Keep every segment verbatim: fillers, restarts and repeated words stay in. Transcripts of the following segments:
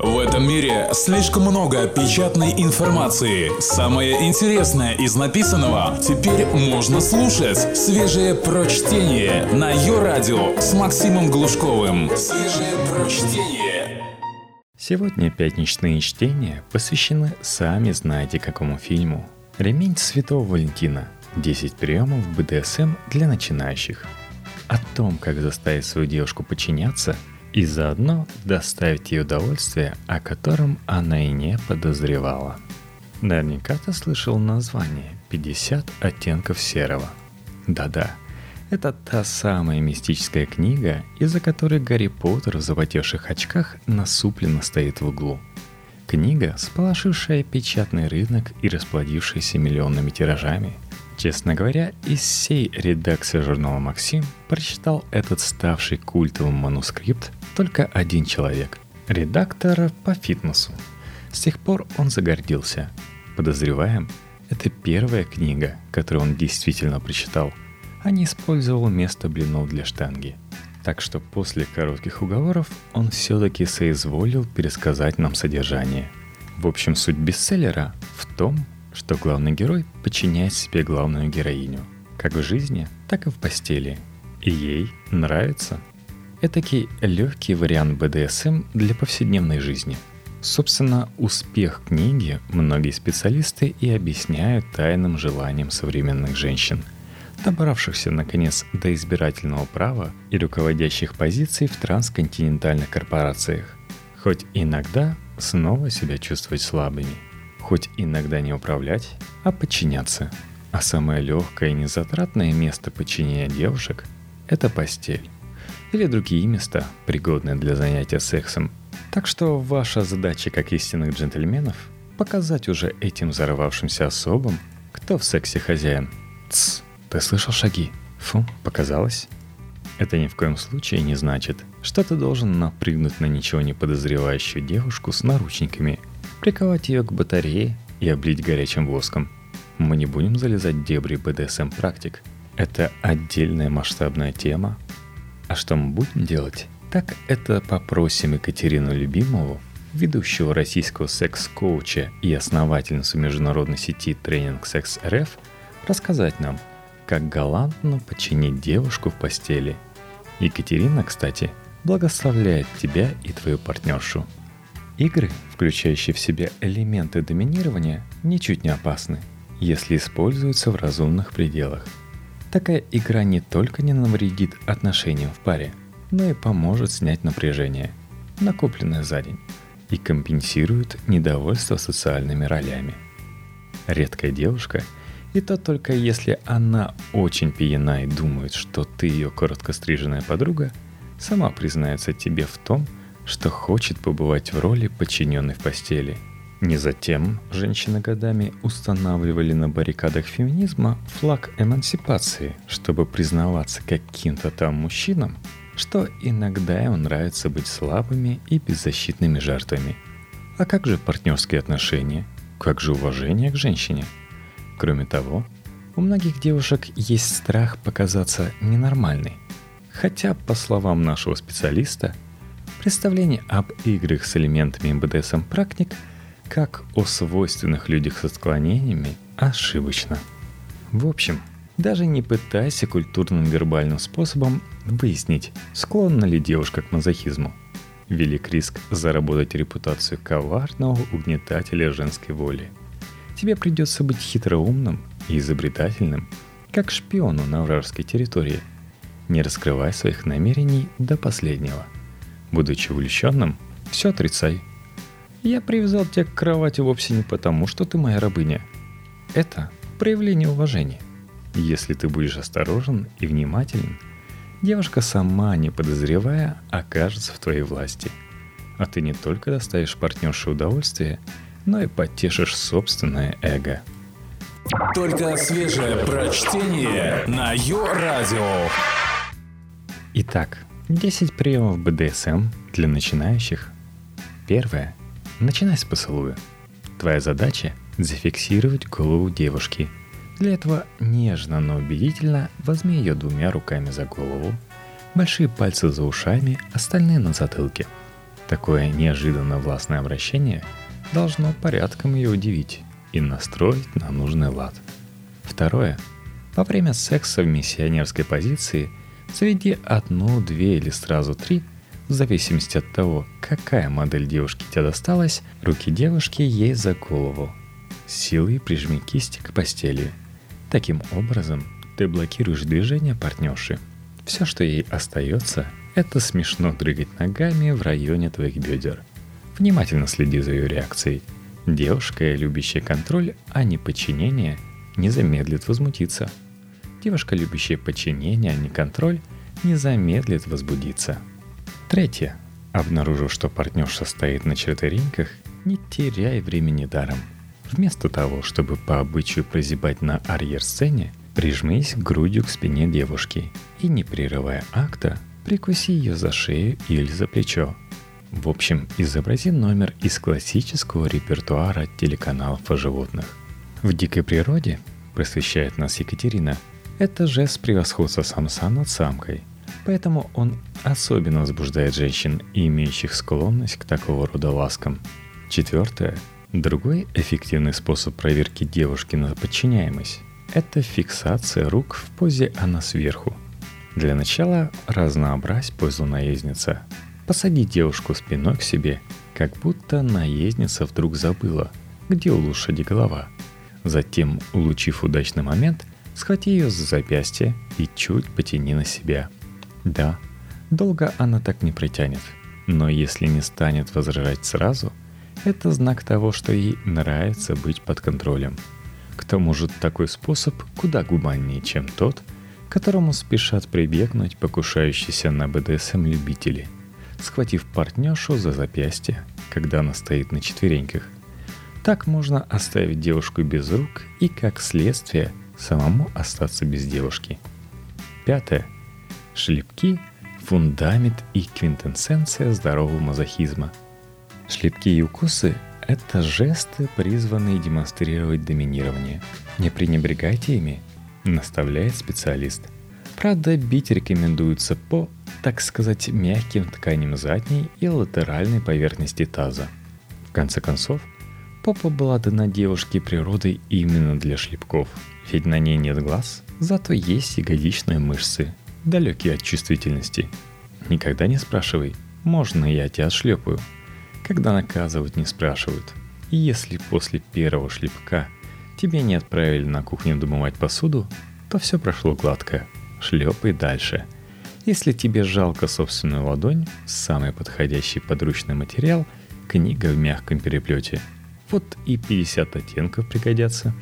В этом мире слишком много печатной информации. Самое интересное из написанного теперь можно слушать. Свежее прочтение на Йо-Радио с Максимом Глушковым. Свежее прочтение. Сегодня пятничные чтения посвящены сами знаете какому фильму. «Ремень Святого Валентина. десять приемов бэ дэ эс эм для начинающих». О том, как заставить свою девушку подчиняться и заодно доставить ей удовольствие, о котором она и не подозревала. Наверняка ты слышал название «пятьдесят оттенков серого». Да-да, это та самая мистическая книга, из-за которой Гарри Поттер в запотевших очках насупленно стоит в углу. Книга, сполошившая печатный рынок и расплодившаяся миллионными тиражами. Честно говоря, из всей редакции журнала «Максим» прочитал этот ставший культовым манускрипт только один человек – редактор по фитнесу. С тех пор он загордился. Подозреваем, это первая книга, которую он действительно прочитал, а не использовал вместо блинов для штанги. Так что после коротких уговоров он все-таки соизволил пересказать нам содержание. В общем, суть бестселлера в том, что главный герой подчиняет себе главную героиню, как в жизни, так и в постели. И ей нравится. Этакий легкий вариант бэ дэ эс эм для повседневной жизни. Собственно, успех книги многие специалисты и объясняют тайным желанием современных женщин, добравшихся, наконец, до избирательного права и руководящих позиций в трансконтинентальных корпорациях. Хоть иногда снова себя чувствовать слабыми. Хоть иногда не управлять, а подчиняться. А самое легкое и незатратное место подчинения девушек – это постель. Или другие места, пригодные для занятия сексом. Так что ваша задача как истинных джентльменов – показать уже этим взорвавшимся особам, кто в сексе хозяин. Тсс, ты слышал шаги? Фу, показалось? Это ни в коем случае не значит, что ты должен напрыгнуть на ничего не подозревающую девушку с наручниками, приковать ее к батарее и облить горячим воском. Мы не будем залезать в дебри бэ дэ эс эм практик. Это отдельная масштабная тема. А что мы будем делать? Так это попросим Екатерину Любимову, ведущего российского секс-коуча и основательницу международной сети Тренинг Секс эр эф, рассказать нам, как галантно подчинить девушку в постели. Екатерина, кстати, благословляет тебя и твою партнершу. Игры, включающие в себя элементы доминирования, ничуть не опасны, если используются в разумных пределах. Такая игра не только не навредит отношениям в паре, но и поможет снять напряжение, накопленное за день, и компенсирует недовольство социальными ролями. Редкая девушка, и то только если она очень пьяна и думает, что ты ее короткостриженная подруга, сама признается тебе в том, что хочет побывать в роли подчиненной в постели. Не затем женщины годами устанавливали на баррикадах феминизма флаг эмансипации, чтобы признаваться каким-то там мужчинам, что иногда им нравится быть слабыми и беззащитными жертвами. А как же партнерские отношения? Как же уважение к женщине? Кроме того, у многих девушек есть страх показаться ненормальной. Хотя, по словам нашего специалиста, представление об играх с элементами бэ дэ эс эм практик, как о свойственных людях с отклонениями, ошибочно. В общем, даже не пытайся культурным вербальным способом выяснить, склонна ли девушка к мазохизму. Велик риск заработать репутацию коварного угнетателя женской воли. Тебе придется быть хитроумным и изобретательным, как шпиону на вражеской территории. Не раскрывай своих намерений до последнего. Будучи увлеченным, все отрицай. Я привязал тебя к кровати вовсе не потому, что ты моя рабыня. Это проявление уважения. Если ты будешь осторожен и внимателен, девушка сама, не подозревая, окажется в твоей власти. А ты не только доставишь партнерше удовольствие, но и потешишь собственное эго. Только свежее прочтение на Йо-Радио. Итак, десять приемов бэ дэ эс эм для начинающих. Первое. Начинай с поцелуя. Твоя задача – зафиксировать голову девушки. Для этого нежно, но убедительно возьми ее двумя руками за голову, большие пальцы за ушами, остальные на затылке. Такое неожиданно властное обращение должно порядком ее удивить и настроить на нужный лад. Второе. Во время секса в миссионерской позиции заведи одну, две или сразу три, в зависимости от того, какая модель девушки тебе досталась, руки девушки ей за голову. Силой прижми кисти к постели. Таким образом, ты блокируешь движение партнерши. Все, что ей остается, это смешно дрыгать ногами в районе твоих бедер. Внимательно следи за ее реакцией. Девушка, любящая контроль, а не подчинение, не замедлит возмутиться. Девушка, любящая подчинение, а не контроль, не замедлит возбудиться. Третье. Обнаружив, что партнерша стоит на четвереньках, не теряй времени даром. Вместо того, чтобы по обычаю прозябать на арьер-сцене, прижмись грудью к спине девушки и, не прерывая акта, прикуси ее за шею или за плечо. В общем, изобрази номер из классического репертуара телеканалов о животных. В дикой природе, просвещает нас Екатерина, это жест превосходства самца над самкой, поэтому он особенно возбуждает женщин, имеющих склонность к такого рода ласкам. Четвертое. Другой эффективный способ проверки девушки на подчиняемость – это фиксация рук в позе «она сверху». Для начала разнообразь позу наездница. Посади девушку спиной к себе, как будто наездница вдруг забыла, где у лошади голова. Затем, улучив удачный момент, схвати ее за запястье и чуть потяни на себя. Да, долго она так не протянет, но если не станет возражать сразу, это знак того, что ей нравится быть под контролем. К тому же такой способ куда гуманнее, чем тот, к которому спешат прибегнуть покушающиеся на бэ дэ эс эм любители, схватив партнершу за запястье, когда она стоит на четвереньках. Так можно оставить девушку без рук и, как следствие, самому остаться без девушки. Пятое. Шлепки – фундамент и квинтэссенция здорового мазохизма. Шлепки и укусы – это жесты, призванные демонстрировать доминирование. Не пренебрегайте ими, наставляет специалист. Правда, бить рекомендуется по, так сказать, мягким тканям задней и латеральной поверхности таза. В конце концов, попа была дана девушке природой именно для шлепков, ведь на ней нет глаз, зато есть ягодичные мышцы, далекие от чувствительности. Никогда не спрашивай, можно я тебя отшлепаю, когда наказывать не спрашивают. И если после первого шлепка тебе не отправили на кухню домывать посуду, то все прошло гладко. Шлепай дальше. Если тебе жалко собственную ладонь, самый подходящий подручный материал – книга в мягком переплете. Вот и пятьдесят оттенков пригодятся.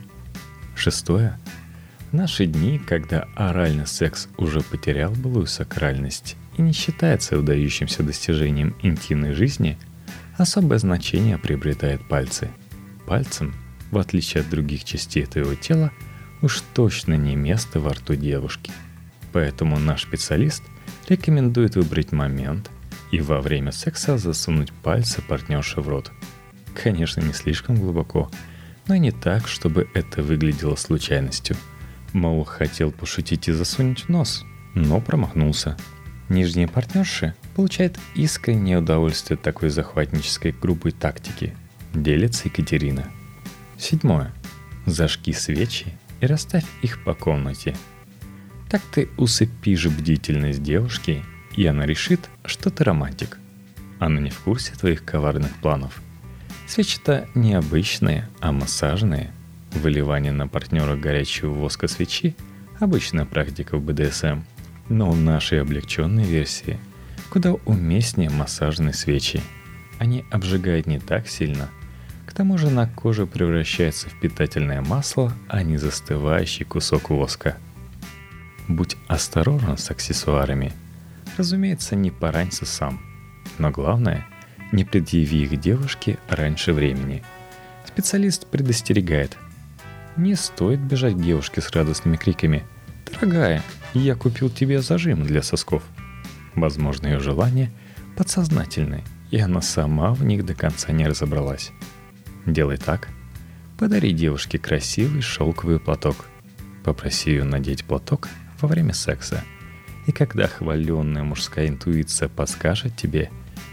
Шестое. В наши дни, когда оральный секс уже потерял былую сакральность и не считается выдающимся достижением интимной жизни, особое значение приобретают пальцы. Пальцем, в отличие от других частей твоего тела, уж точно не место во рту девушки. Поэтому наш специалист рекомендует выбрать момент и во время секса засунуть пальцы партнерши в рот. Конечно, не слишком глубоко, но не так, чтобы это выглядело случайностью. Мол, хотел пошутить и засунуть в нос, но промахнулся. Нижние партнерши получают искреннее удовольствие от такой захватнической грубой тактики. Делится Екатерина. Седьмое. Зажги свечи и расставь их по комнате. Так ты усыпишь бдительность девушки, и она решит, что ты романтик. Она не в курсе твоих коварных планов. Свечи-то не обычные, а массажные. Выливание на партнера горячего воска свечи – обычная практика в бэ дэ эс эм. Но в нашей облегченной версии куда уместнее массажные свечи. Они обжигают не так сильно. К тому же на коже превращается в питательное масло, а не застывающий кусок воска. Будь осторожен с аксессуарами. Разумеется, не поранься сам. Но главное, не предъяви их девушке раньше времени. Специалист предостерегает. Не стоит бежать к девушке с радостными криками: «Дорогая, я купил тебе зажим для сосков». Возможно, ее желания подсознательны, и она сама в них до конца не разобралась. Делай так. Подари девушке красивый шелковый платок. Попроси ее надеть платок во время секса. И когда хваленная мужская интуиция подскажет тебе,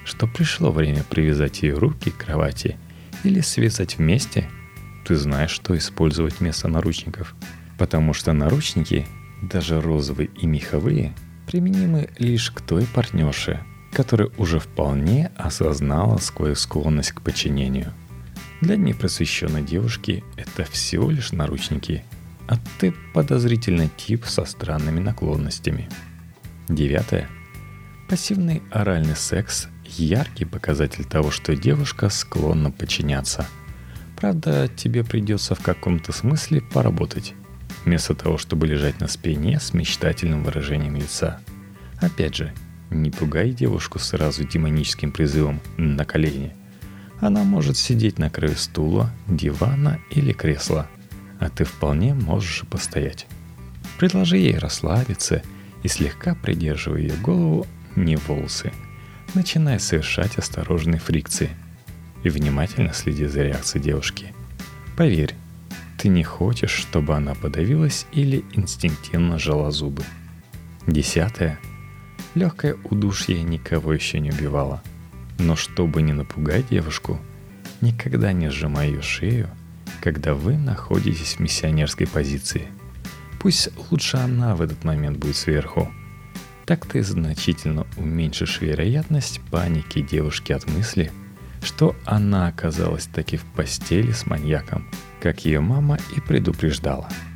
что пришло время привязать ее руки к кровати или связать вместе, ты знаешь, что использовать вместо наручников. Потому что наручники, даже розовые и меховые, применимы лишь к той партнерше, которая уже вполне осознала свою склонность к подчинению. Для непросвещенной девушки это всего лишь наручники, а ты подозрительный тип со странными наклонностями. Девятое. Пассивный оральный секс – яркий показатель того, что девушка склонна подчиняться. Правда, тебе придется в каком-то смысле поработать, вместо того, чтобы лежать на спине с мечтательным выражением лица. Опять же, не пугай девушку сразу демоническим призывом «на колени». Она может сидеть на краю стула, дивана или кресла, а ты вполне можешь постоять. Предложи ей расслабиться и, слегка придерживая ее голову, не волосы, начинай совершать осторожные фрикции и внимательно следи за реакцией девушки. Поверь, ты не хочешь, чтобы она подавилась или инстинктивно сжала зубы. Десятое. Легкое удушье никого еще не убивало. Но чтобы не напугать девушку, никогда не сжимай ее шею, когда вы находитесь в миссионерской позиции. Пусть лучше она в этот момент будет сверху. Так ты значительно уменьшишь вероятность паники девушки от мысли, что она оказалась таки в постели с маньяком, как ее мама и предупреждала.